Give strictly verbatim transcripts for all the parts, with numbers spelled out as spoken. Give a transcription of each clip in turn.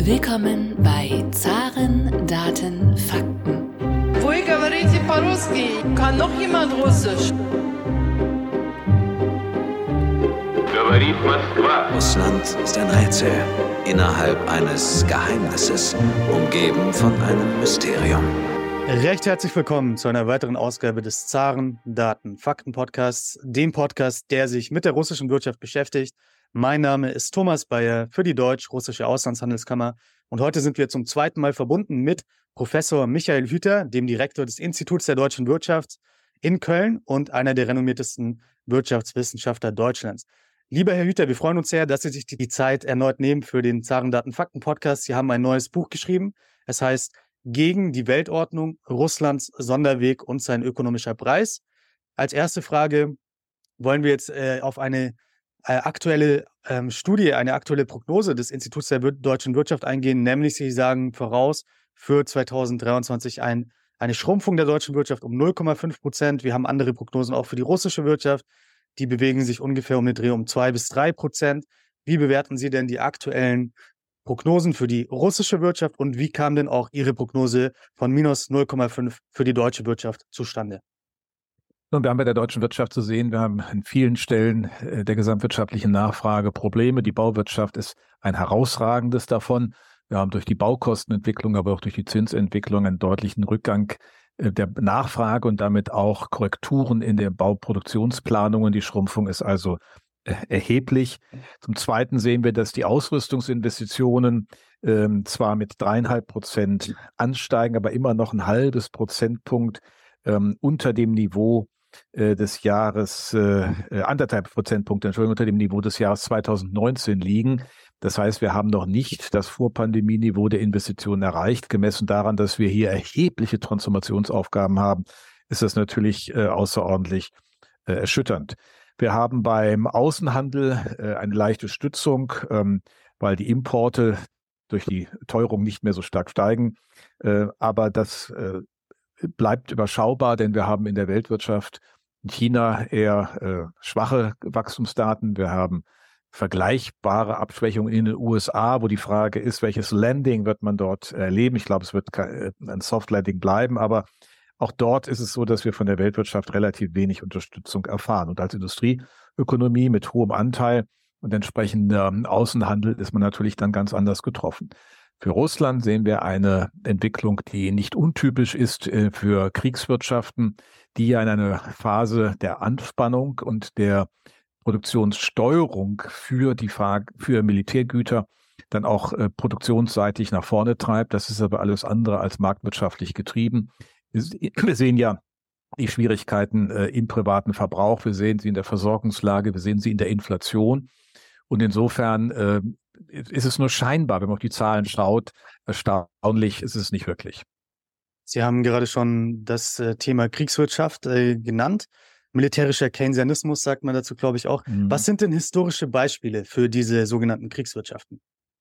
Willkommen bei Zaren, Daten, Fakten. Вы говорите по-русски? Kann noch jemand Russisch? Говорит Москва. Russland ist ein Rätsel innerhalb eines Geheimnisses, umgeben von einem Mysterium. Recht herzlich willkommen zu einer weiteren Ausgabe des Zaren, Daten, Fakten Podcasts, dem Podcast, der sich mit der russischen Wirtschaft beschäftigt. Mein Name ist Thomas Bayer für die Deutsch-Russische Auslandshandelskammer und heute sind wir zum zweiten Mal verbunden mit Professor Michael Hüter, dem Direktor des Instituts der deutschen Wirtschaft in Köln und einer der renommiertesten Wirtschaftswissenschaftler Deutschlands. Lieber Herr Hüter, wir freuen uns sehr, dass Sie sich die Zeit erneut nehmen für den Zaren, Daten, Fakten Podcast. Sie haben ein neues Buch geschrieben. Es heißt Gegen die Weltordnung, Russlands Sonderweg und sein ökonomischer Preis. Als erste Frage wollen wir jetzt äh, auf eine äh, aktuelle ähm, Studie, eine aktuelle Prognose des Instituts der Wir- deutschen Wirtschaft eingehen, nämlich Sie sagen voraus für zweitausenddreiundzwanzig ein, eine Schrumpfung der deutschen Wirtschaft um null Komma fünf Prozent. Wir haben andere Prognosen auch für die russische Wirtschaft. Die bewegen sich ungefähr um den Dreh um zwei bis drei Prozent. Wie bewerten Sie denn die aktuellen Prognosen für die russische Wirtschaft und wie kam denn auch Ihre Prognose von minus null Komma fünf für die deutsche Wirtschaft zustande? Nun, wir haben bei der deutschen Wirtschaft zu sehen, wir haben an vielen Stellen äh, der gesamtwirtschaftlichen Nachfrage Probleme. Die Bauwirtschaft ist ein herausragendes davon. Wir haben durch die Baukostenentwicklung, aber auch durch die Zinsentwicklung einen deutlichen Rückgang äh, der Nachfrage und damit auch Korrekturen in der Bauproduktionsplanung. Die Schrumpfung ist also äh, erheblich. Zum Zweiten sehen wir, dass die Ausrüstungsinvestitionen ähm, zwar mit dreieinhalb Prozent ansteigen, aber immer noch ein halbes Prozentpunkt ähm, unter dem Niveau äh, des Jahres, äh, äh, anderthalb Prozentpunkte, Entschuldigung, unter dem Niveau des Jahres zweitausendneunzehn liegen. Das heißt, wir haben noch nicht das Vorpandemie-Niveau der Investitionen erreicht. Gemessen daran, dass wir hier erhebliche Transformationsaufgaben haben, ist das natürlich äh, außerordentlich äh, erschütternd. Wir haben beim Außenhandel äh, eine leichte Stützung, ähm, weil die Importe durch die Teuerung nicht mehr so stark steigen. Äh, aber das äh, bleibt überschaubar, denn wir haben in der Weltwirtschaft in China eher äh, schwache Wachstumsdaten. Wir haben vergleichbare Abschwächungen in den U S A, wo die Frage ist, welches Landing wird man dort erleben. Ich glaube, es wird ein Soft Landing bleiben, aber auch dort ist es so, dass wir von der Weltwirtschaft relativ wenig Unterstützung erfahren. Und als Industrieökonomie mit hohem Anteil und entsprechendem Außenhandel ist man natürlich dann ganz anders getroffen. Für Russland sehen wir eine Entwicklung, die nicht untypisch ist für Kriegswirtschaften, die ja in einer Phase der Anspannung und der Produktionssteuerung für die Fahr- für Militärgüter dann auch äh, produktionsseitig nach vorne treibt. Das ist aber alles andere als marktwirtschaftlich getrieben. Wir sehen ja die Schwierigkeiten äh, im privaten Verbrauch, wir sehen sie in der Versorgungslage, wir sehen sie in der Inflation. Und insofern äh, ist es nur scheinbar, wenn man auf die Zahlen schaut, erstaunlich ist es nicht wirklich. Sie haben gerade schon das äh, Thema Kriegswirtschaft äh, genannt. Militärischer Keynesianismus sagt man dazu, glaube ich, auch. Mhm. Was sind denn historische Beispiele für diese sogenannten Kriegswirtschaften?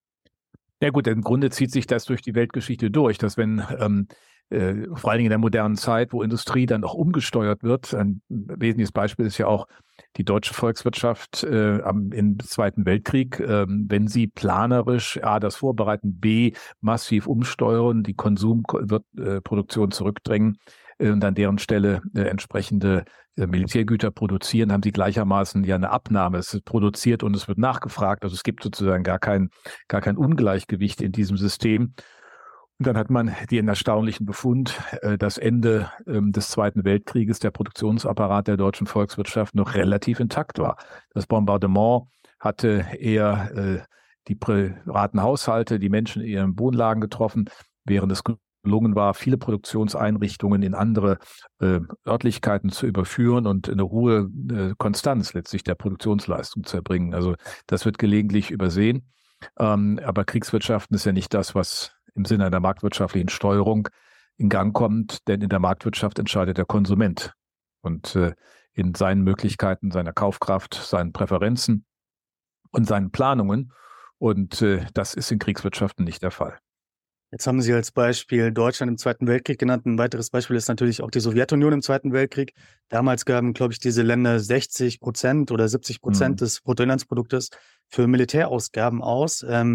Ja gut, im Grunde zieht sich das durch die Weltgeschichte durch, dass wenn ähm, äh, vor allen Dingen in der modernen Zeit, wo Industrie dann auch umgesteuert wird, ein wesentliches Beispiel ist ja auch die deutsche Volkswirtschaft äh, am, im Zweiten Weltkrieg, äh, wenn sie planerisch A, das vorbereiten, B, massiv umsteuern, die Konsumproduktion äh, zurückdrängen äh, und an deren Stelle äh, entsprechende äh, Militärgüter produzieren, haben sie gleichermaßen ja eine Abnahme. Es ist produziert und es wird nachgefragt. Also es gibt sozusagen gar kein, gar kein Ungleichgewicht in diesem System. Und dann hat man den erstaunlichen Befund, äh, das Ende ähm, des Zweiten Weltkrieges, der Produktionsapparat der deutschen Volkswirtschaft noch relativ intakt war. Das Bombardement hatte eher äh, die privaten Haushalte, die Menschen in ihren Wohnlagen getroffen, während es gelungen war, viele Produktionseinrichtungen in andere äh, Örtlichkeiten zu überführen und eine hohe äh, Konstanz letztlich der Produktionsleistung zu erbringen. Also das wird gelegentlich übersehen. Ähm, aber Kriegswirtschaften ist ja nicht das, was im Sinne einer marktwirtschaftlichen Steuerung in Gang kommt, denn in der Marktwirtschaft entscheidet der Konsument und äh, in seinen Möglichkeiten, seiner Kaufkraft, seinen Präferenzen und seinen Planungen. Und äh, das ist in Kriegswirtschaften nicht der Fall. Jetzt haben Sie als Beispiel Deutschland im Zweiten Weltkrieg genannt. Ein weiteres Beispiel ist natürlich auch die Sowjetunion im Zweiten Weltkrieg. Damals gaben, glaube ich, diese Länder sechzig Prozent oder siebzig Prozent mhm. des Bruttoinlandsproduktes für Militärausgaben aus. Ähm,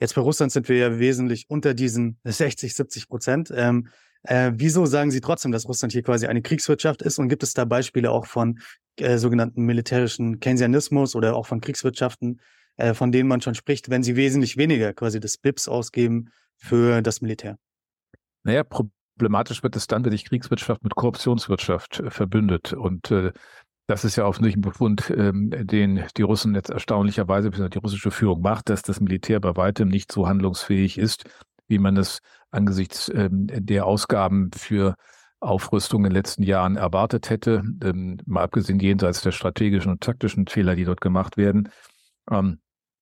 Jetzt bei Russland sind wir ja wesentlich unter diesen sechzig, siebzig Prozent. Ähm, äh, wieso sagen Sie trotzdem, dass Russland hier quasi eine Kriegswirtschaft ist? Und gibt es da Beispiele auch von äh, sogenannten militärischen Keynesianismus oder auch von Kriegswirtschaften, äh, von denen man schon spricht, wenn sie wesentlich weniger quasi des B I Ps ausgeben für das Militär? Naja, problematisch wird es dann, wenn sich Kriegswirtschaft mit Korruptionswirtschaft äh, verbündet. Und äh, das ist ja offensichtlich ein Befund, ähm, den die Russen jetzt erstaunlicherweise, die russische Führung macht, dass das Militär bei weitem nicht so handlungsfähig ist, wie man es angesichts ähm, der Ausgaben für Aufrüstung in den letzten Jahren erwartet hätte, ähm, mal abgesehen jenseits der strategischen und taktischen Fehler, die dort gemacht werden. Ähm,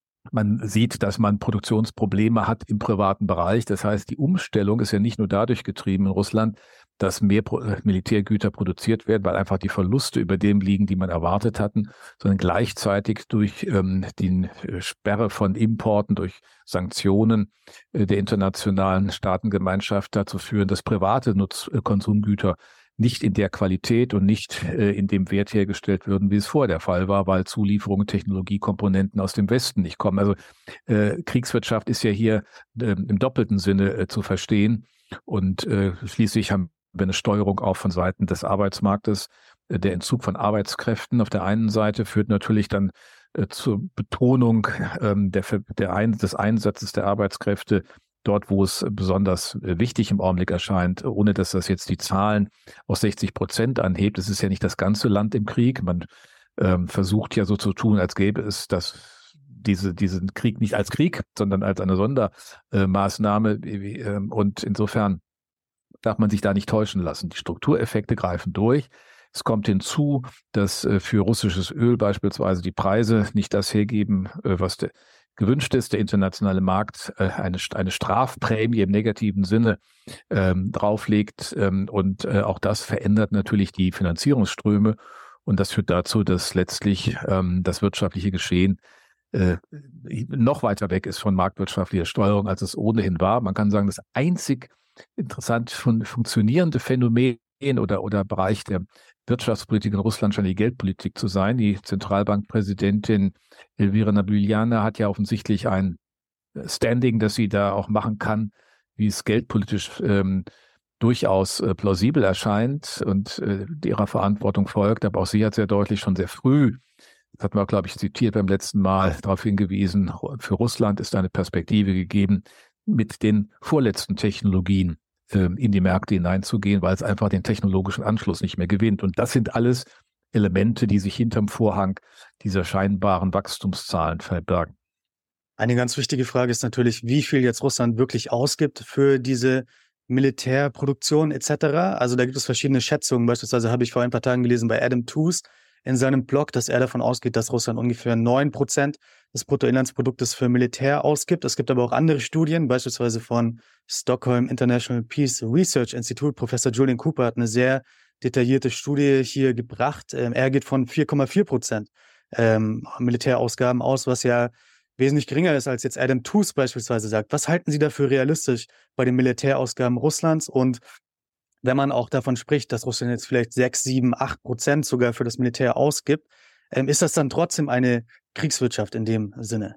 Man sieht, dass man Produktionsprobleme hat im privaten Bereich. Das heißt, die Umstellung ist ja nicht nur dadurch getrieben in Russland, dass mehr Pro- Militärgüter produziert werden, weil einfach die Verluste über dem liegen, die man erwartet hatten, sondern gleichzeitig durch ähm, die Sperre von Importen, durch Sanktionen äh, der internationalen Staatengemeinschaft dazu führen, dass private Nutz- äh, Konsumgüter nicht in der Qualität und nicht äh, in dem Wert hergestellt würden, wie es vorher der Fall war, weil Zulieferungen, Technologiekomponenten aus dem Westen nicht kommen. Also äh, Kriegswirtschaft ist ja hier äh, im doppelten Sinne äh, zu verstehen. Und äh, schließlich haben wir eine Steuerung auch von Seiten des Arbeitsmarktes. Äh, der Entzug von Arbeitskräften auf der einen Seite führt natürlich dann äh, zur Betonung ähm, der, der Ein- des Einsatzes der Arbeitskräfte dort, wo es besonders wichtig im Augenblick erscheint, ohne dass das jetzt die Zahlen auf sechzig Prozent anhebt. Es ist ja nicht das ganze Land im Krieg. Man ähm, versucht ja so zu tun, als gäbe es das, diese, diesen Krieg nicht als Krieg, sondern als eine Sondermaßnahme. Äh, und insofern darf man sich da nicht täuschen lassen. Die Struktureffekte greifen durch. Es kommt hinzu, dass äh, für russisches Öl beispielsweise die Preise nicht das hergeben, äh, was der gewünscht ist, der internationale Markt äh, eine, eine Strafprämie im negativen Sinne ähm, drauflegt. Ähm, und äh, auch das verändert natürlich die Finanzierungsströme. Und das führt dazu, dass letztlich ähm, das wirtschaftliche Geschehen äh, noch weiter weg ist von marktwirtschaftlicher Steuerung, als es ohnehin war. Man kann sagen, das einzig interessant fun- funktionierende Phänomen oder, oder Bereich der Wirtschaftspolitik in Russland scheint die Geldpolitik zu sein. Die Zentralbankpräsidentin Elvira Nabiulyana hat ja offensichtlich ein Standing, das sie da auch machen kann, wie es geldpolitisch ähm, durchaus äh, plausibel erscheint und äh, ihrer Verantwortung folgt. Aber auch sie hat sehr deutlich schon sehr früh, das hatten wir, glaube ich, zitiert beim letzten Mal, darauf hingewiesen, für Russland ist eine Perspektive gegeben, mit den vorletzten Technologien in die Märkte hineinzugehen, weil es einfach den technologischen Anschluss nicht mehr gewinnt. Und das sind alles Elemente, die sich hinterm Vorhang dieser scheinbaren Wachstumszahlen verbergen. Eine ganz wichtige Frage ist natürlich, wie viel jetzt Russland wirklich ausgibt für diese Militärproduktion et cetera. Also da gibt es verschiedene Schätzungen. Beispielsweise habe ich vor ein paar Tagen gelesen bei Adam Tooze in seinem Blog, dass er davon ausgeht, dass Russland ungefähr neun Prozent des Bruttoinlandsproduktes für Militär ausgibt. Es gibt aber auch andere Studien, beispielsweise von Stockholm International Peace Research Institute. Professor Julian Cooper hat eine sehr detaillierte Studie hier gebracht. Ähm, er geht von vier Komma vier Prozent ähm, Militärausgaben aus, was ja wesentlich geringer ist, als jetzt Adam Tooze beispielsweise sagt. Was halten Sie dafür realistisch bei den Militärausgaben Russlands? Und wenn man auch davon spricht, dass Russland jetzt vielleicht sechs, sieben, acht Prozent sogar für das Militär ausgibt, ähm, ist das dann trotzdem eine Kriegswirtschaft in dem Sinne?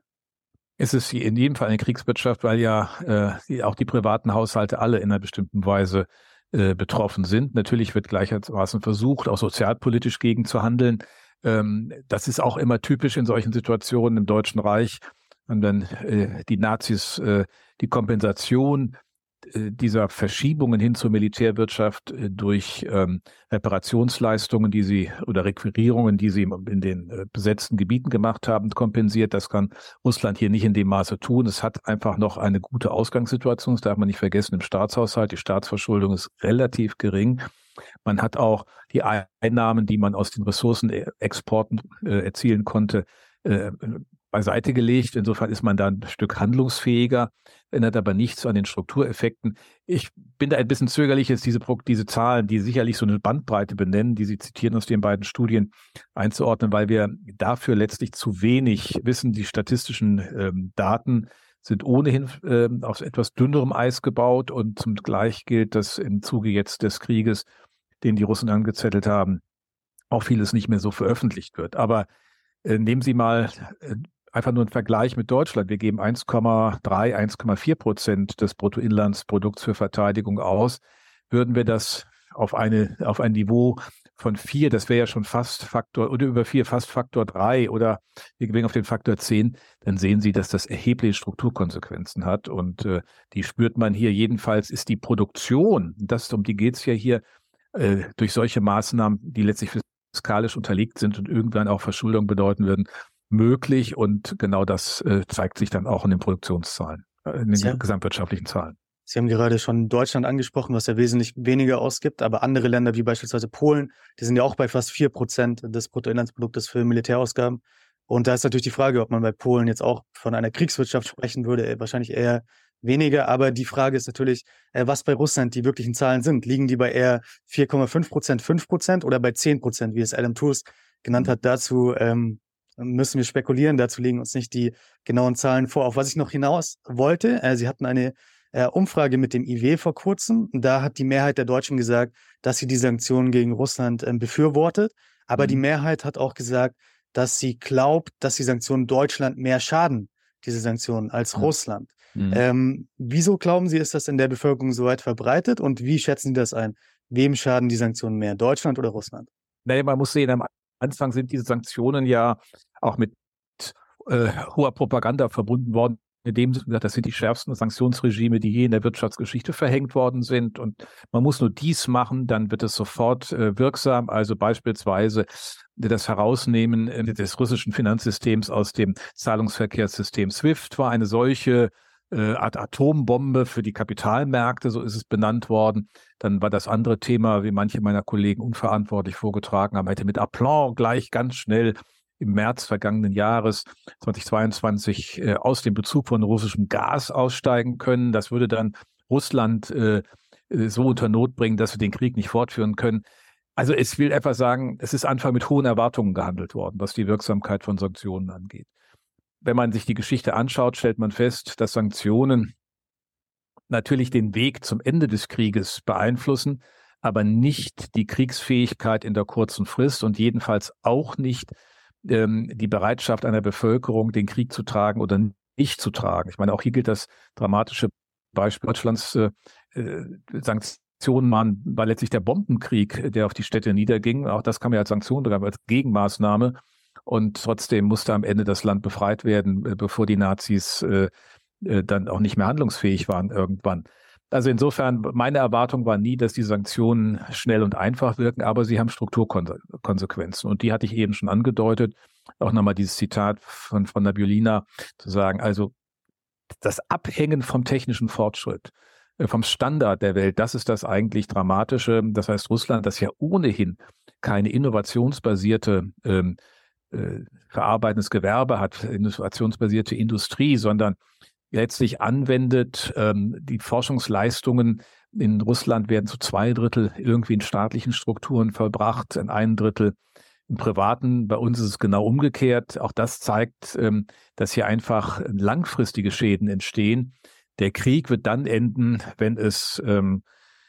Es ist in jedem Fall eine Kriegswirtschaft, weil ja äh, auch die privaten Haushalte alle in einer bestimmten Weise äh, betroffen sind. Natürlich wird gleichermaßen versucht, auch sozialpolitisch gegen zu handeln. Ähm, das ist auch immer typisch in solchen Situationen im Deutschen Reich. Und dann äh, die Nazis äh, die Kompensation dieser Verschiebungen hin zur Militärwirtschaft durch ähm, Reparationsleistungen, die sie oder Requirierungen, die sie in den äh, besetzten Gebieten gemacht haben, kompensiert. Das kann Russland hier nicht in dem Maße tun. Es hat einfach noch eine gute Ausgangssituation. Das darf man nicht vergessen im Staatshaushalt. Die Staatsverschuldung ist relativ gering. Man hat auch die Einnahmen, die man aus den Ressourcenexporten äh, erzielen konnte, äh, beiseite gelegt. Insofern ist man da ein Stück handlungsfähiger, ändert aber nichts an den Struktureffekten. Ich bin da ein bisschen zögerlich, jetzt diese, diese Zahlen, die sicherlich so eine Bandbreite benennen, die Sie zitieren aus den beiden Studien, einzuordnen, weil wir dafür letztlich zu wenig wissen. Die statistischen ähm, Daten sind ohnehin äh, auf etwas dünnerem Eis gebaut und zum Gleich gilt, dass im Zuge jetzt des Krieges, den die Russen angezettelt haben, auch vieles nicht mehr so veröffentlicht wird. Aber äh, nehmen Sie mal äh, einfach nur ein Vergleich mit Deutschland. Wir geben eins Komma drei, eins Komma vier Prozent des Bruttoinlandsprodukts für Verteidigung aus. Würden wir das auf eine, auf ein Niveau von vier, das wäre ja schon fast Faktor, oder über vier, fast Faktor drei, oder wir gehen auf den Faktor zehn, dann sehen Sie, dass das erhebliche Strukturkonsequenzen hat. Und äh, die spürt man hier. Jedenfalls ist die Produktion, das, um die geht es ja hier, äh, durch solche Maßnahmen, die letztlich fiskalisch unterlegt sind und irgendwann auch Verschuldung bedeuten würden, möglich. Und genau das äh, zeigt sich dann auch in den Produktionszahlen, äh, in den Ja. gesamtwirtschaftlichen Zahlen. Sie haben gerade schon Deutschland angesprochen, was ja wesentlich weniger ausgibt, aber andere Länder wie beispielsweise Polen, die sind ja auch bei fast vier Prozent des Bruttoinlandsproduktes für Militärausgaben. Und da ist natürlich die Frage, ob man bei Polen jetzt auch von einer Kriegswirtschaft sprechen würde, äh, wahrscheinlich eher weniger. Aber die Frage ist natürlich, äh, was bei Russland die wirklichen Zahlen sind. Liegen die bei eher vier Komma fünf Prozent, fünf Prozent oder bei zehn Prozent, wie es Adam Tooze genannt hat? Dazu ähm, müssen wir spekulieren, dazu liegen uns nicht die genauen Zahlen vor. Auf was ich noch hinaus wollte, äh, Sie hatten eine Äh, Umfrage mit dem I W vor kurzem. Da hat die Mehrheit der Deutschen gesagt, dass sie die Sanktionen gegen Russland äh, befürwortet. Aber mhm. die Mehrheit hat auch gesagt, dass sie glaubt, dass die Sanktionen Deutschland mehr schaden, diese Sanktionen, als mhm. Russland. Mhm. Ähm, wieso glauben Sie, ist das in der Bevölkerung so weit verbreitet? Und wie schätzen Sie das ein? Wem schaden die Sanktionen mehr, Deutschland oder Russland? Naja, man muss sehen, am Anfang sind diese Sanktionen ja auch mit äh, hoher Propaganda verbunden worden. In dem Sinne, das sind die schärfsten Sanktionsregime, die je in der Wirtschaftsgeschichte verhängt worden sind. Und man muss nur dies machen, dann wird es sofort äh, wirksam. Also beispielsweise das Herausnehmen äh, des russischen Finanzsystems aus dem Zahlungsverkehrssystem SWIFT war eine solche äh, Art Atombombe für die Kapitalmärkte, so ist es benannt worden. Dann war das andere Thema, wie manche meiner Kollegen unverantwortlich vorgetragen haben, hätte mit Aplomb gleich ganz schnell im März vergangenen Jahres zweitausendzweiundzwanzig äh, aus dem Bezug von russischem Gas aussteigen können. Das würde dann Russland äh, so unter Not bringen, dass wir den Krieg nicht fortführen können. Also es will einfach sagen, es ist Anfang mit hohen Erwartungen gehandelt worden, was die Wirksamkeit von Sanktionen angeht. Wenn man sich die Geschichte anschaut, stellt man fest, dass Sanktionen natürlich den Weg zum Ende des Krieges beeinflussen, aber nicht die Kriegsfähigkeit in der kurzen Frist und jedenfalls auch nicht die Bereitschaft einer Bevölkerung, den Krieg zu tragen oder nicht zu tragen. Ich meine, auch hier gilt das dramatische Beispiel Deutschlands. Äh, Sanktionen waren, war letztlich der Bombenkrieg, der auf die Städte niederging. Auch das kann man als Sanktion oder als Gegenmaßnahme. Und trotzdem musste am Ende das Land befreit werden, bevor die Nazis äh, dann auch nicht mehr handlungsfähig waren irgendwann. Also insofern, meine Erwartung war nie, dass die Sanktionen schnell und einfach wirken, aber sie haben Strukturkonsequenzen. Und die hatte ich eben schon angedeutet. Auch nochmal dieses Zitat von, von Nabiulina zu sagen, also das Abhängen vom technischen Fortschritt, vom Standard der Welt, das ist das eigentlich Dramatische. Das heißt, Russland, das ja ohnehin keine innovationsbasierte ähm, äh, verarbeitendes Gewerbe hat, innovationsbasierte Industrie, sondern letztlich anwendet. Ähm, die Forschungsleistungen in Russland werden zu zwei Drittel irgendwie in staatlichen Strukturen vollbracht, in ein Drittel im Privaten. Bei uns ist es genau umgekehrt. Auch das zeigt, ähm, dass hier einfach langfristige Schäden entstehen. Der Krieg wird dann enden, wenn es ähm,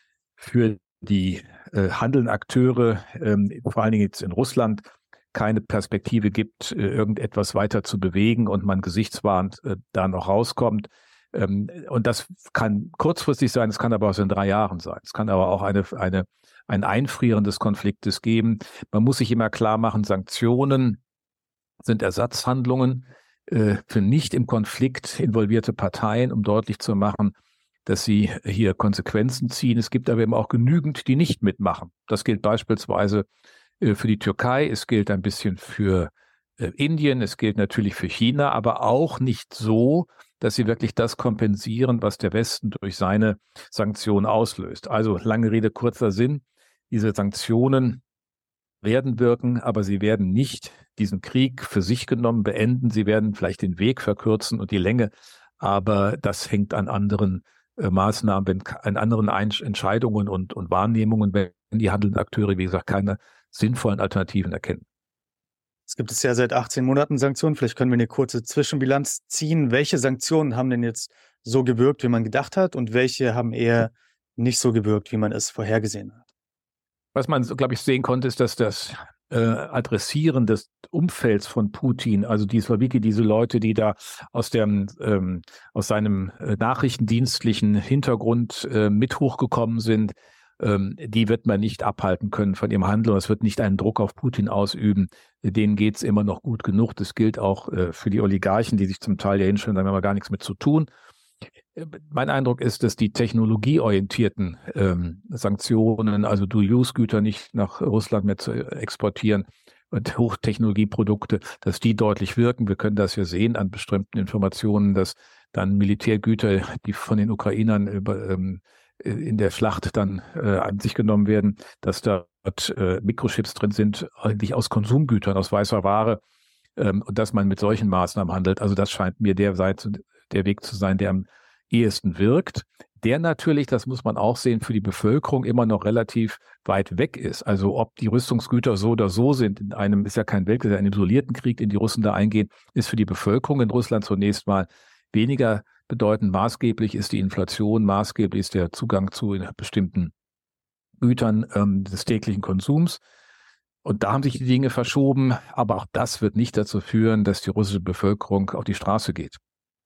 für die äh, handelnden Akteure, ähm, vor allen Dingen jetzt in Russland, keine Perspektive gibt, irgendetwas weiter zu bewegen und man gesichtswahrend äh, da noch rauskommt. Ähm, und das kann kurzfristig sein, es kann aber auch in drei Jahren sein. Es kann aber auch eine, eine, ein Einfrieren des Konfliktes geben. Man muss sich immer klar machen, Sanktionen sind Ersatzhandlungen äh, für nicht im Konflikt involvierte Parteien, um deutlich zu machen, dass sie hier Konsequenzen ziehen. Es gibt aber eben auch genügend, die nicht mitmachen. Das gilt beispielsweise für die Türkei, es gilt ein bisschen für äh, Indien, es gilt natürlich für China, aber auch nicht so, dass sie wirklich das kompensieren, was der Westen durch seine Sanktionen auslöst. Also lange Rede, kurzer Sinn, diese Sanktionen werden wirken, aber sie werden nicht diesen Krieg für sich genommen beenden, sie werden vielleicht den Weg verkürzen und die Länge, aber das hängt an anderen äh, Maßnahmen, wenn, an anderen Einsch- Entscheidungen und, und Wahrnehmungen, wenn die handelnden Akteure, wie gesagt, keine sinnvollen Alternativen erkennen. Es gibt es ja seit achtzehn Monaten Sanktionen. Vielleicht können wir eine kurze Zwischenbilanz ziehen. Welche Sanktionen haben denn jetzt so gewirkt, wie man gedacht hat, und welche haben eher nicht so gewirkt, wie man es vorhergesehen hat? Was man, glaube ich, sehen konnte, ist, dass das äh, Adressieren des Umfelds von Putin, also die Slawiki, diese Leute, die da aus dem ähm, aus seinem äh, nachrichtendienstlichen Hintergrund äh, mit hochgekommen sind, ähm, die wird man nicht abhalten können von ihrem Handeln. Es wird nicht einen Druck auf Putin ausüben. Denen geht's immer noch gut genug. Das gilt auch äh, für die Oligarchen, die sich zum Teil ja hinstellen, da haben wir gar nichts mit zu tun. Mein Eindruck ist, dass die technologieorientierten ähm, Sanktionen, also Dual-Use-Güter nicht nach Russland mehr zu exportieren und Hochtechnologieprodukte, dass die deutlich wirken. Wir können das ja sehen an bestimmten Informationen, dass dann Militärgüter, die von den Ukrainern über, ähm, in der Schlacht dann äh, an sich genommen werden, dass da äh, Mikrochips drin sind, eigentlich aus Konsumgütern, aus weißer Ware, ähm, und dass man mit solchen Maßnahmen handelt. Also das scheint mir der, Seite, der Weg zu sein, der am ehesten wirkt, der natürlich, das muss man auch sehen, für die Bevölkerung immer noch relativ weit weg ist. Also ob die Rüstungsgüter so oder so sind, in einem, ist ja kein Weltkrieg, in einem isolierten Krieg, in die Russen da eingehen, ist für die Bevölkerung in Russland zunächst mal weniger bedeutend. Maßgeblich ist die Inflation, maßgeblich ist der Zugang zu bestimmten Gütern ähm, des täglichen Konsums. Und da haben sich die Dinge verschoben, aber auch das wird nicht dazu führen, dass die russische Bevölkerung auf die Straße geht.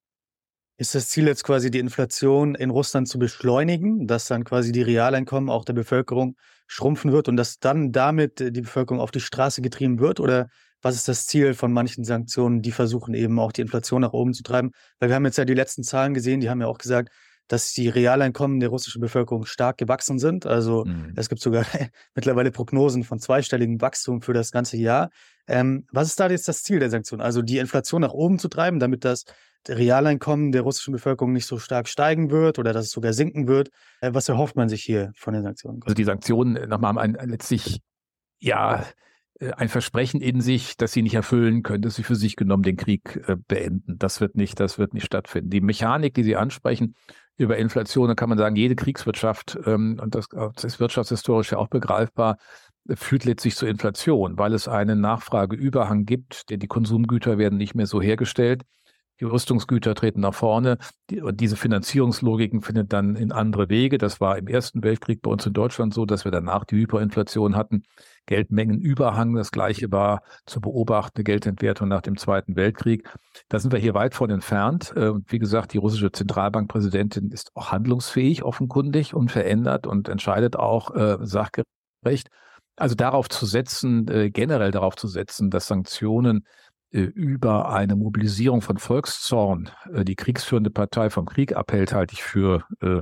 Ist das Ziel jetzt quasi, die Inflation in Russland zu beschleunigen, dass dann quasi die Realeinkommen auch der Bevölkerung schrumpfen wird und dass dann damit die Bevölkerung auf die Straße getrieben wird? Oder was ist das Ziel von manchen Sanktionen, die versuchen eben auch die Inflation nach oben zu treiben? Weil wir haben jetzt ja die letzten Zahlen gesehen, die haben ja auch gesagt, dass die Realeinkommen der russischen Bevölkerung stark gewachsen sind. Also mhm. es gibt sogar mittlerweile Prognosen von zweistelligem Wachstum für das ganze Jahr. Ähm, was ist da jetzt das Ziel der Sanktionen? Also die Inflation nach oben zu treiben, damit das Realeinkommen der russischen Bevölkerung nicht so stark steigen wird oder dass es sogar sinken wird. Äh, was erhofft man sich hier von den Sanktionen? Also die Sanktionen nochmal haben ein, ein, letztlich ja ein Versprechen in sich, dass sie nicht erfüllen können, dass sie für sich genommen den Krieg äh, beenden. Das wird nicht, das wird nicht stattfinden. Die Mechanik, die Sie ansprechen über Inflation, da kann man sagen, jede Kriegswirtschaft, ähm, und das, das ist wirtschaftshistorisch ja auch begreifbar, führt letztlich zur Inflation, weil es einen Nachfrageüberhang gibt, denn die Konsumgüter werden nicht mehr so hergestellt. Die Rüstungsgüter treten nach vorne. Die, und diese Finanzierungslogiken findet dann in andere Wege. Das war im Ersten Weltkrieg bei uns in Deutschland so, dass wir danach die Hyperinflation hatten. Geldmengenüberhang, das Gleiche war zu beobachten, eine Geldentwertung nach dem Zweiten Weltkrieg. Da sind wir hier weit von entfernt. Und wie gesagt, die russische Zentralbankpräsidentin ist auch handlungsfähig, offenkundig, unverändert und entscheidet auch äh, sachgerecht. Also darauf zu setzen, äh, generell darauf zu setzen, dass Sanktionen über eine Mobilisierung von Volkszorn äh, die kriegsführende Partei vom Krieg abhält, halte ich für äh,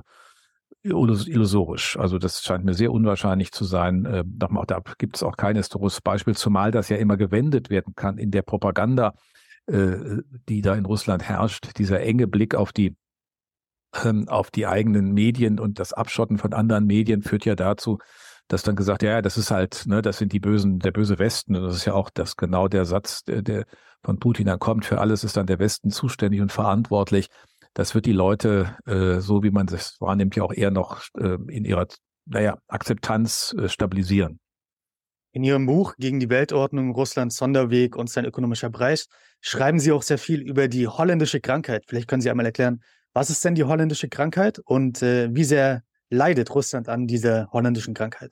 illusorisch. Also das scheint mir sehr unwahrscheinlich zu sein. Äh, da gibt es auch kein historisches Beispiel, zumal das ja immer gewendet werden kann in der Propaganda, äh, die da in Russland herrscht. Dieser enge Blick auf die ähm, auf die eigenen Medien und das Abschotten von anderen Medien führt ja dazu, dass dann gesagt, ja, das ist halt, ne, das sind die bösen, der böse Westen. Und das ist ja auch das genau der Satz, der, der von Putin dann kommt. Für alles ist dann der Westen zuständig und verantwortlich. Das wird die Leute, äh, so wie man es wahrnimmt, ja auch eher noch äh, in ihrer, naja, Akzeptanz äh, stabilisieren. In Ihrem Buch Gegen die Weltordnung, Russlands Sonderweg und sein ökonomischer Preis schreiben Sie auch sehr viel über die holländische Krankheit. Vielleicht können Sie einmal erklären, was ist denn die holländische Krankheit und äh, wie sehr leidet Russland an dieser holländischen Krankheit?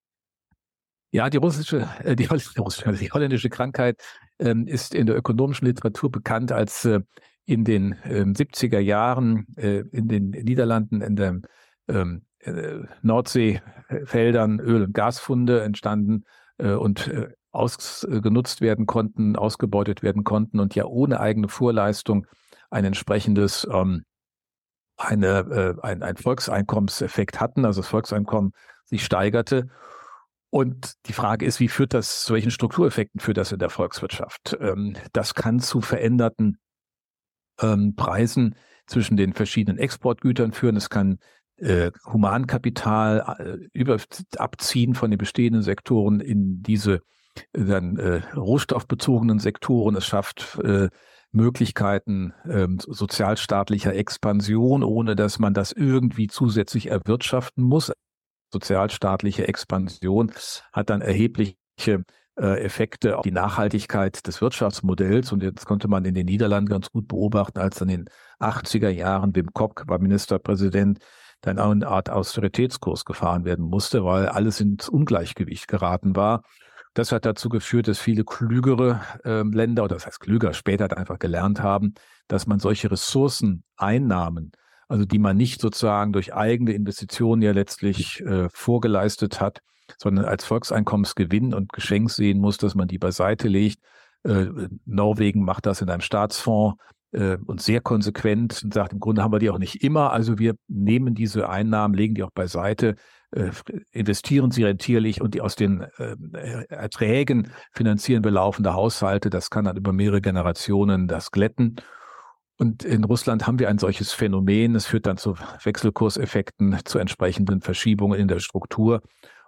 Ja, die russische, äh, die, russische, die holländische Krankheit ähm, ist in der ökonomischen Literatur bekannt als äh, in den ähm, siebziger Jahren äh, in den Niederlanden in den ähm, äh, Nordseefeldern Öl- und Gasfunde entstanden äh, und äh, ausgenutzt werden konnten, ausgebeutet werden konnten und ja ohne eigene Vorleistung ein entsprechendes ähm, eine, äh, ein, ein Volkseinkommenseffekt hatten, also das Volkseinkommen sich steigerte. Und die Frage ist, wie führt das, zu welchen Struktureffekten führt das in der Volkswirtschaft? Ähm, das kann zu veränderten ähm, Preisen zwischen den verschiedenen Exportgütern führen. Es kann äh, Humankapital äh, über, abziehen von den bestehenden Sektoren in diese äh, dann äh, rohstoffbezogenen Sektoren. Es schafft äh, Möglichkeiten ähm, sozialstaatlicher Expansion, ohne dass man das irgendwie zusätzlich erwirtschaften muss. Sozialstaatliche Expansion hat dann erhebliche äh, Effekte auf die Nachhaltigkeit des Wirtschaftsmodells. Und jetzt konnte man in den Niederlanden ganz gut beobachten, als in den achtziger Jahren Wim Kok war Ministerpräsident, dann auch eine Art Austeritätskurs gefahren werden musste, weil alles ins Ungleichgewicht geraten war. Das hat dazu geführt, dass viele klügere äh, Länder, oder das heißt klüger, später einfach gelernt haben, dass man solche Ressourceneinnahmen, also die man nicht sozusagen durch eigene Investitionen ja letztlich äh, vorgeleistet hat, sondern als Volkseinkommensgewinn und Geschenk sehen muss, dass man die beiseite legt. Äh, Norwegen macht das in einem Staatsfonds äh, und sehr konsequent und sagt, im Grunde haben wir die auch nicht immer, also wir nehmen diese Einnahmen, legen die auch beiseite, äh, investieren sie rentierlich und die aus den äh, Erträgen finanzieren wir laufende Haushalte. Das kann dann über mehrere Generationen das glätten. Und in Russland haben wir ein solches Phänomen. Es führt dann zu Wechselkurseffekten, zu entsprechenden Verschiebungen in der Struktur.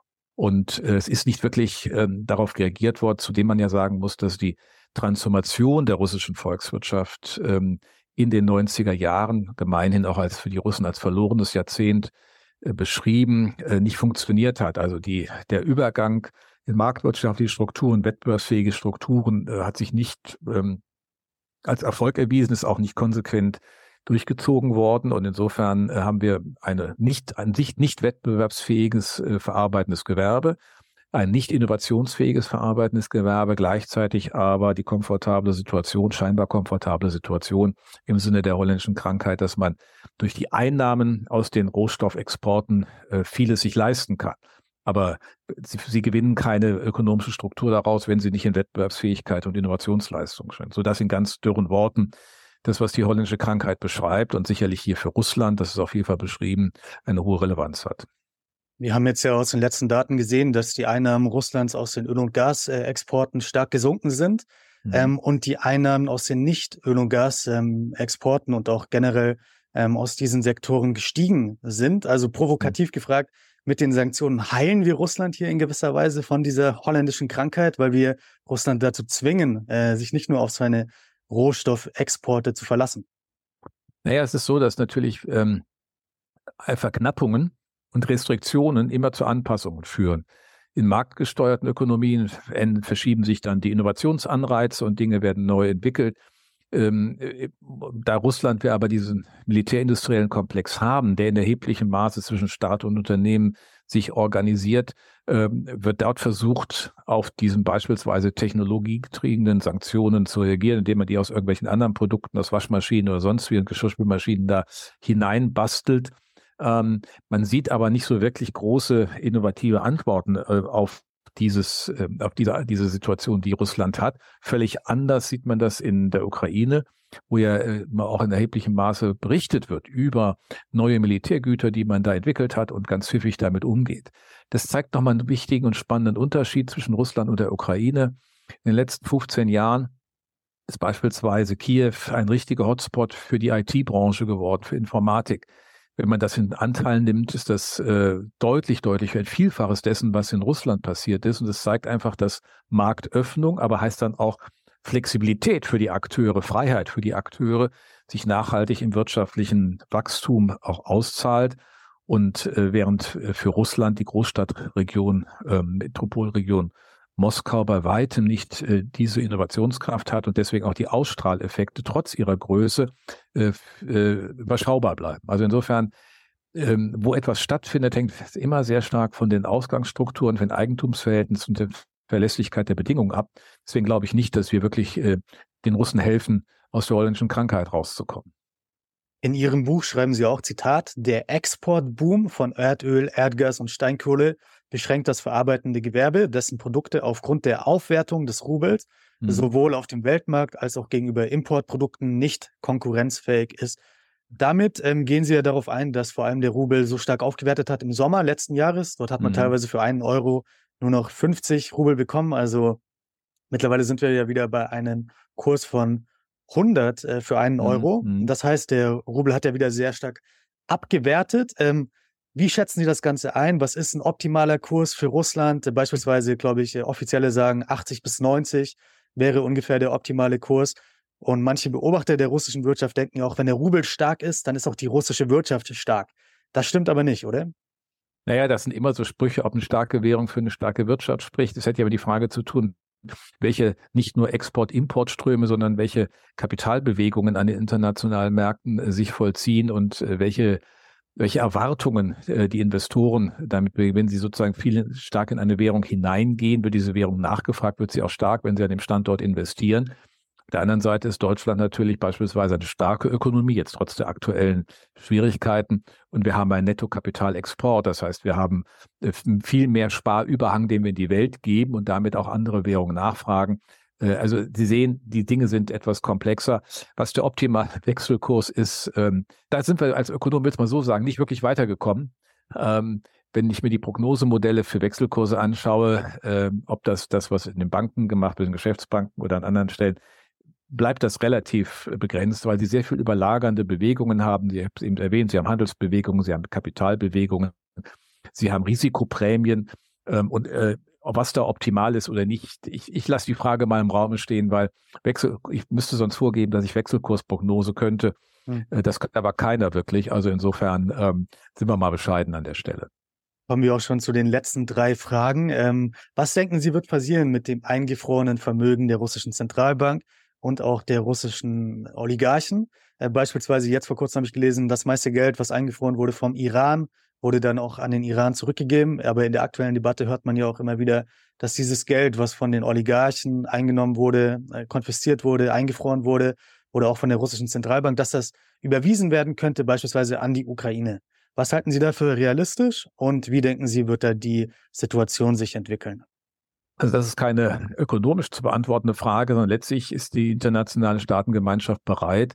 Und äh, es ist nicht wirklich ähm, darauf reagiert worden, zudem man ja sagen muss, dass die Transformation der russischen Volkswirtschaft ähm, in den neunziger Jahren, gemeinhin auch als für die Russen als verlorenes Jahrzehnt äh, beschrieben, äh, nicht funktioniert hat. Also die, der Übergang in marktwirtschaftliche Strukturen, wettbewerbsfähige Strukturen äh, hat sich nicht ähm, als Erfolg erwiesen, ist auch nicht konsequent durchgezogen worden. Und insofern äh, haben wir eine nicht an sich nicht wettbewerbsfähiges äh, verarbeitendes Gewerbe, ein nicht innovationsfähiges verarbeitendes Gewerbe, gleichzeitig aber die komfortable Situation, scheinbar komfortable Situation im Sinne der holländischen Krankheit, dass man durch die Einnahmen aus den Rohstoffexporten äh, vieles sich leisten kann. Aber sie, sie gewinnen keine ökonomische Struktur daraus, wenn sie nicht in Wettbewerbsfähigkeit und Innovationsleistung sind. So das in ganz dürren Worten das, was die holländische Krankheit beschreibt und sicherlich hier für Russland, das ist auf jeden Fall beschrieben, eine hohe Relevanz hat. Wir haben jetzt ja aus den letzten Daten gesehen, dass die Einnahmen Russlands aus den Öl- und Gasexporten stark gesunken sind mhm. ähm, und die Einnahmen aus den Nicht-Öl- und Gasexporten und auch generell ähm, aus diesen Sektoren gestiegen sind. Also provokativ mhm. gefragt, mit den Sanktionen heilen wir Russland hier in gewisser Weise von dieser holländischen Krankheit, weil wir Russland dazu zwingen, äh, sich nicht nur auf seine Rohstoffexporte zu verlassen. Naja, es ist so, dass natürlich ähm, Verknappungen und Restriktionen immer zu Anpassungen führen. In marktgesteuerten Ökonomien verschieben sich dann die Innovationsanreize und Dinge werden neu entwickelt. Ähm, da Russland wir aber diesen militärindustriellen Komplex haben, der in erheblichem Maße zwischen Staat und Unternehmen sich organisiert, ähm, wird dort versucht, auf diesen beispielsweise technologiegetriebenen Sanktionen zu reagieren, indem man die aus irgendwelchen anderen Produkten, aus Waschmaschinen oder sonst wie und Geschirrspülmaschinen da hineinbastelt. Ähm, man sieht aber nicht so wirklich große innovative Antworten äh, auf dieses, äh, auf diese, diese Situation, die Russland hat. Völlig anders sieht man das in der Ukraine, wo ja äh, auch in erheblichem Maße berichtet wird über neue Militärgüter, die man da entwickelt hat und ganz pfiffig damit umgeht. Das zeigt nochmal einen wichtigen und spannenden Unterschied zwischen Russland und der Ukraine. In den letzten fünfzehn Jahren ist beispielsweise Kiew ein richtiger Hotspot für die I T-Branche geworden, für Informatik. Wenn man das in Anteil nimmt, ist das äh, deutlich, deutlich ein Vielfaches dessen, was in Russland passiert ist. Und das zeigt einfach, dass Marktöffnung, aber heißt dann auch Flexibilität für die Akteure, Freiheit für die Akteure, sich nachhaltig im wirtschaftlichen Wachstum auch auszahlt. Und äh, während äh, für Russland die Großstadtregion, äh, Metropolregion Moskau bei weitem nicht äh, diese Innovationskraft hat und deswegen auch die Ausstrahleffekte trotz ihrer Größe äh, äh, überschaubar bleiben. Also insofern, ähm, wo etwas stattfindet, hängt immer sehr stark von den Ausgangsstrukturen, von den Eigentumsverhältnissen und der Verlässlichkeit der Bedingungen ab. Deswegen glaube ich nicht, dass wir wirklich äh, den Russen helfen, aus der holländischen Krankheit rauszukommen. In Ihrem Buch schreiben Sie auch, Zitat, der Exportboom von Erdöl, Erdgas und Steinkohle beschränkt das verarbeitende Gewerbe, dessen Produkte aufgrund der Aufwertung des Rubels mhm. sowohl auf dem Weltmarkt als auch gegenüber Importprodukten nicht konkurrenzfähig ist. Damit ähm, gehen Sie ja darauf ein, dass vor allem der Rubel so stark aufgewertet hat im Sommer letzten Jahres. Dort hat man mhm. teilweise für einen Euro nur noch fünfzig Rubel bekommen. Also mittlerweile sind wir ja wieder bei einem Kurs von hundert äh, für einen Euro. Mhm. Das heißt, der Rubel hat ja wieder sehr stark abgewertet. Ähm, Wie schätzen Sie das Ganze ein? Was ist ein optimaler Kurs für Russland? Beispielsweise, glaube ich, offizielle sagen achtzig bis neunzig wäre ungefähr der optimale Kurs. Und manche Beobachter der russischen Wirtschaft denken ja auch, wenn der Rubel stark ist, dann ist auch die russische Wirtschaft stark. Das stimmt aber nicht, oder? Naja, das sind immer so Sprüche, ob eine starke Währung für eine starke Wirtschaft spricht. Das hätte ja aber die Frage zu tun, welche nicht nur Export-Import-Ströme, sondern welche Kapitalbewegungen an den internationalen Märkten äh, sich vollziehen und äh, welche welche Erwartungen äh, die Investoren damit, wenn sie sozusagen viel stark in eine Währung hineingehen, wird diese Währung nachgefragt, wird sie auch stark, wenn sie an dem Standort investieren. Auf der anderen Seite ist Deutschland natürlich beispielsweise eine starke Ökonomie, jetzt trotz der aktuellen Schwierigkeiten. Und wir haben einen Nettokapitalexport. Das heißt, wir haben viel mehr Sparüberhang, den wir in die Welt geben und damit auch andere Währungen nachfragen. Also Sie sehen, die Dinge sind etwas komplexer. Was der optimale Wechselkurs ist, ähm, da sind wir als Ökonomen, jetzt mal so sagen, nicht wirklich weitergekommen. Ähm, wenn ich mir die Prognosemodelle für Wechselkurse anschaue, äh, ob das das, was in den Banken gemacht wird, in Geschäftsbanken oder an anderen Stellen, bleibt das relativ begrenzt, weil sie sehr viel überlagernde Bewegungen haben. Sie haben es eben erwähnt, sie haben Handelsbewegungen, sie haben Kapitalbewegungen, sie haben Risikoprämien ähm, und äh, was da optimal ist oder nicht. Ich, ich lasse die Frage mal im Raum stehen, weil Wechsel, ich müsste sonst vorgeben, dass ich Wechselkursprognose könnte. Hm. Äh, das kann aber keiner wirklich. Also insofern ähm, sind wir mal bescheiden an der Stelle. Kommen wir auch schon zu den letzten drei Fragen. Ähm, was denken Sie, wird passieren mit dem eingefrorenen Vermögen der russischen Zentralbank und auch der russischen Oligarchen? Äh, beispielsweise jetzt vor kurzem habe ich gelesen, das meiste Geld, was eingefroren wurde vom Iran, wurde dann auch an den Iran zurückgegeben. Aber in der aktuellen Debatte hört man ja auch immer wieder, dass dieses Geld, was von den Oligarchen eingenommen wurde, äh, konfisziert wurde, eingefroren wurde oder auch von der russischen Zentralbank, dass das überwiesen werden könnte, beispielsweise an die Ukraine. Was halten Sie da für realistisch und wie denken Sie, wird da die Situation sich entwickeln? Also das ist keine ökonomisch zu beantwortende Frage, sondern letztlich ist die internationale Staatengemeinschaft bereit,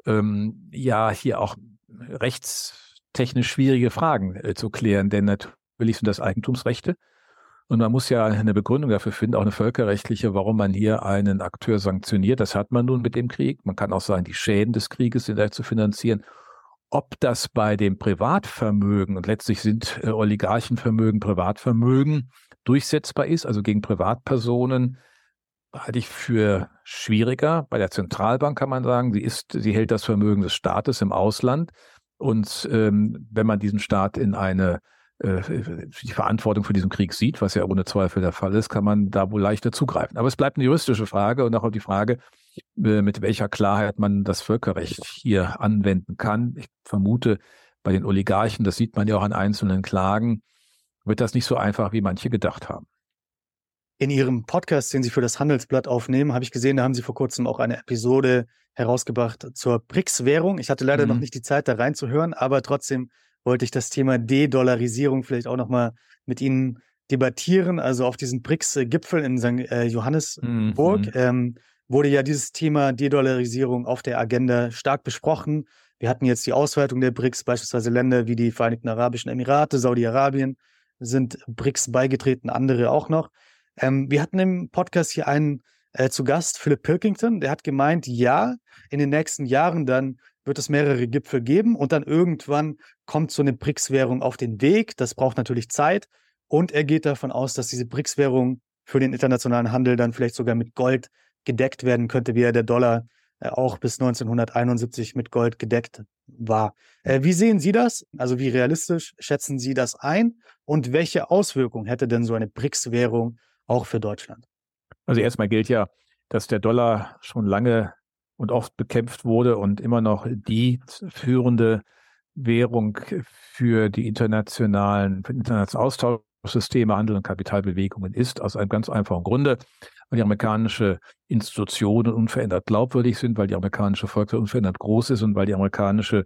ähm, ja hier auch rechtstechnisch schwierige Fragen äh, zu klären, denn natürlich sind das Eigentumsrechte und man muss ja eine Begründung dafür finden, auch eine völkerrechtliche, warum man hier einen Akteur sanktioniert. Das hat man nun mit dem Krieg. Man kann auch sagen, die Schäden des Krieges sind da zu finanzieren. Ob das bei dem Privatvermögen, und letztlich sind äh, Oligarchenvermögen Privatvermögen, durchsetzbar ist, also gegen Privatpersonen, halte ich für schwieriger. Bei der Zentralbank kann man sagen, sie ist, sie hält das Vermögen des Staates im Ausland. Und ähm, wenn man diesen Staat in eine äh, die Verantwortung für diesen Krieg sieht, was ja ohne Zweifel der Fall ist, kann man da wohl leichter zugreifen. Aber es bleibt eine juristische Frage und auch die Frage, äh, mit welcher Klarheit man das Völkerrecht hier anwenden kann. Ich vermute, bei den Oligarchen, das sieht man ja auch an einzelnen Klagen, wird das nicht so einfach, wie manche gedacht haben. In Ihrem Podcast, den Sie für das Handelsblatt aufnehmen, habe ich gesehen, da haben Sie vor kurzem auch eine Episode herausgebracht zur B R I C S-Währung. Ich hatte leider mhm. noch nicht die Zeit, da reinzuhören, aber trotzdem wollte ich das Thema De-Dollarisierung vielleicht auch nochmal mit Ihnen debattieren. Also auf diesen B R I C S-Gipfel in Sankt Johannesburg mhm. ähm, wurde ja dieses Thema De-Dollarisierung auf der Agenda stark besprochen. Wir hatten jetzt die Ausweitung der B R I C S, beispielsweise Länder wie die Vereinigten Arabischen Emirate, Saudi-Arabien sind B R I C S beigetreten, andere auch noch. Ähm, wir hatten im Podcast hier einen äh, zu Gast, Philip Pilkington, der hat gemeint, ja, in den nächsten Jahren dann wird es mehrere Gipfel geben und dann irgendwann kommt so eine B R I C S-Währung auf den Weg. Das braucht natürlich Zeit und er geht davon aus, dass diese B R I C S-Währung für den internationalen Handel dann vielleicht sogar mit Gold gedeckt werden könnte, wie ja der Dollar äh, auch bis neunzehnhunderteinundsiebzig mit Gold gedeckt war. Äh, wie sehen Sie das? Also wie realistisch schätzen Sie das ein und welche Auswirkungen hätte denn so eine B R I C S-Währung auch für Deutschland? Also erstmal gilt ja, dass der Dollar schon lange und oft bekämpft wurde und immer noch die führende Währung für die internationalen, für internationale Austauschsysteme, Handel und Kapitalbewegungen ist, aus einem ganz einfachen Grunde, weil die amerikanische Institutionen unverändert glaubwürdig sind, weil die amerikanische Volkswirtschaft unverändert groß ist und weil die amerikanische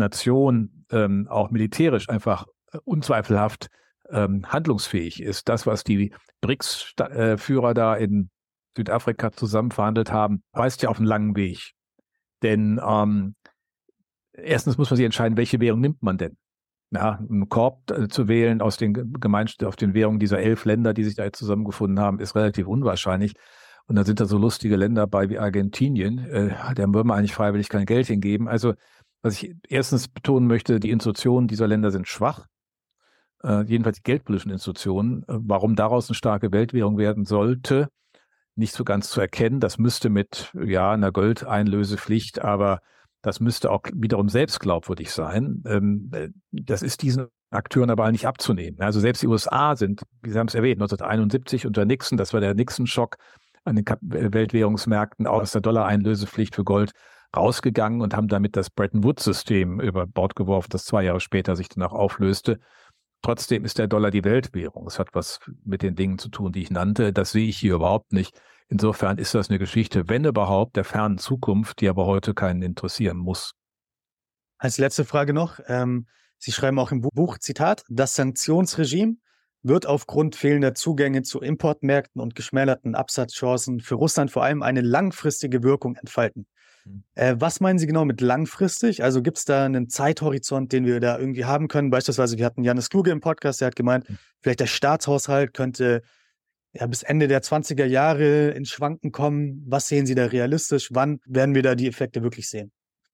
Nation ähm, auch militärisch einfach unzweifelhaft ähm, handlungsfähig ist. Das, was die B R I C S-Führer da in Südafrika zusammen verhandelt haben, weist ja auf einen langen Weg. Denn ähm, erstens muss man sich entscheiden, welche Währung nimmt man denn? Ja, einen Korb äh, zu wählen aus den Gemeinschaften, auf den Währungen dieser elf Länder, die sich da jetzt zusammengefunden haben, ist relativ unwahrscheinlich. Und dann sind da so lustige Länder bei wie Argentinien, äh, da würden wir eigentlich freiwillig kein Geld hingeben. Also, was ich erstens betonen möchte, die Institutionen dieser Länder sind schwach. Äh, jedenfalls die geldpolitischen Institutionen. Äh, warum daraus eine starke Weltwährung werden sollte, nicht so ganz zu erkennen. Das müsste mit, ja, einer Goldeinlösepflicht, aber das müsste auch wiederum selbst glaubwürdig sein. Ähm, das ist diesen Akteuren aber nicht abzunehmen. Also selbst die U S A sind, wie Sie haben es erwähnt, neunzehnhunderteinundsiebzig unter Nixon, das war der Nixon-Schock an den Weltwährungsmärkten, aus der Dollar-Einlösepflicht für Gold rausgegangen und haben damit das Bretton Woods-System über Bord geworfen, das zwei Jahre später sich dann auch auflöste. Trotzdem ist der Dollar die Weltwährung. Es hat was mit den Dingen zu tun, die ich nannte. Das sehe ich hier überhaupt nicht. Insofern ist das eine Geschichte, wenn überhaupt, der fernen Zukunft, die aber heute keinen interessieren muss. Als letzte Frage noch. Ähm, Sie schreiben auch im Buch, Zitat, das Sanktionsregime wird aufgrund fehlender Zugänge zu Importmärkten und geschmälerten Absatzchancen für Russland vor allem eine langfristige Wirkung entfalten. Mhm. Äh, was meinen Sie genau mit langfristig? Also gibt es da einen Zeithorizont, den wir da irgendwie haben können? Beispielsweise, wir hatten Janis Kluge im Podcast, der hat gemeint, mhm. vielleicht der Staatshaushalt könnte ja bis Ende der zwanziger Jahre ins Schwanken kommen. Was sehen Sie da realistisch? Wann werden wir da die Effekte wirklich sehen?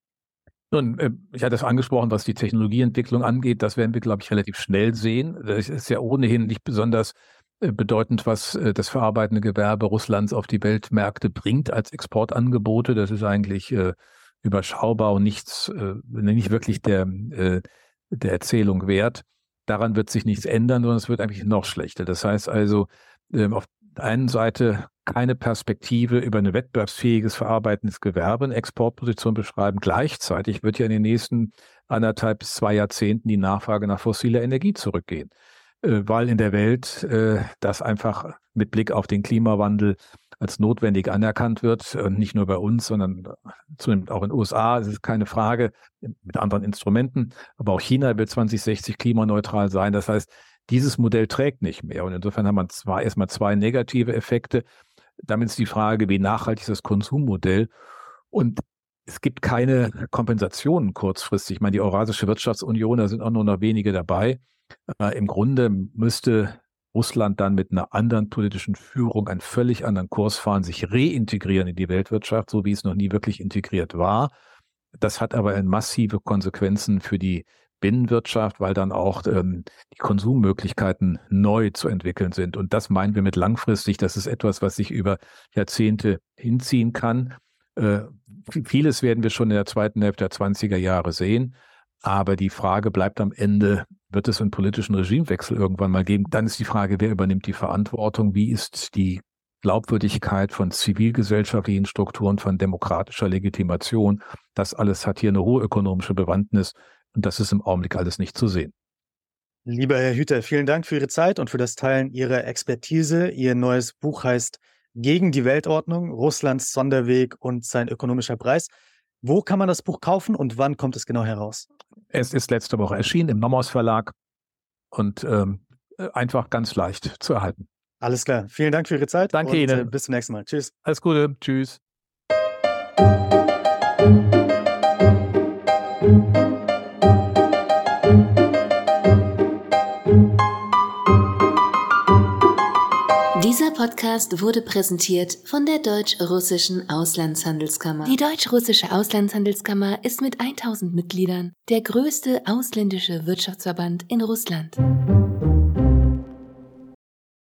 Nun, ich hatte es angesprochen, was die Technologieentwicklung angeht. Das werden wir, glaube ich, relativ schnell sehen. Das ist ja ohnehin nicht besonders bedeutend, was das verarbeitende Gewerbe Russlands auf die Weltmärkte bringt als Exportangebote. Das ist eigentlich äh, überschaubar und nichts, äh, nicht wirklich der, äh, der Erzählung wert. Daran wird sich nichts ändern, sondern es wird eigentlich noch schlechter. Das heißt also, äh, auf der einen Seite keine Perspektive über ein wettbewerbsfähiges verarbeitendes Gewerbe, eine Exportposition beschreiben. Gleichzeitig wird ja in den nächsten anderthalb bis zwei Jahrzehnten die Nachfrage nach fossiler Energie zurückgehen, äh, weil in der Welt äh, das einfach mit Blick auf den Klimawandel als notwendig anerkannt wird. Und nicht nur bei uns, sondern zunehmend auch in den U S A. Es ist keine Frage, mit anderen Instrumenten. Aber auch China will zwanzig sechzig klimaneutral sein. Das heißt, dieses Modell trägt nicht mehr. Und insofern haben wir zwar erstmal zwei negative Effekte. Damit ist die Frage, wie nachhaltig ist das Konsummodell? Und es gibt keine Kompensationen kurzfristig. Ich meine, die Eurasische Wirtschaftsunion, da sind auch nur noch wenige dabei. Äh, Im Grunde müsste Russland dann mit einer anderen politischen Führung einen völlig anderen Kurs fahren, sich reintegrieren in die Weltwirtschaft, so wie es noch nie wirklich integriert war. Das hat aber massive Konsequenzen für die Binnenwirtschaft, weil dann auch ähm, die Konsummöglichkeiten neu zu entwickeln sind. Und das meinen wir mit langfristig. Das ist etwas, was sich über Jahrzehnte hinziehen kann. Äh, vieles werden wir schon in der zweiten Hälfte der zwanziger Jahre sehen. Aber die Frage bleibt am Ende, wird es einen politischen Regimewechsel irgendwann mal geben? Dann ist die Frage, wer übernimmt die Verantwortung? Wie ist die Glaubwürdigkeit von zivilgesellschaftlichen Strukturen, von demokratischer Legitimation? Das alles hat hier eine hohe ökonomische Bewandtnis. Und das ist im Augenblick alles nicht zu sehen. Lieber Herr Hüter, vielen Dank für Ihre Zeit und für das Teilen Ihrer Expertise. Ihr neues Buch heißt Gegen die Weltordnung, Russlands Sonderweg und sein ökonomischer Preis. Wo kann man das Buch kaufen und wann kommt es genau heraus? Es ist letzte Woche erschienen im Nomos Verlag und ähm, einfach ganz leicht zu erhalten. Alles klar. Vielen Dank für Ihre Zeit. Danke und, Ihnen. Äh, bis zum nächsten Mal. Tschüss. Alles Gute. Tschüss. Dieser Podcast wurde präsentiert von der Deutsch-Russischen Auslandshandelskammer. Die Deutsch-Russische Auslandshandelskammer ist mit tausend Mitgliedern der größte ausländische Wirtschaftsverband in Russland.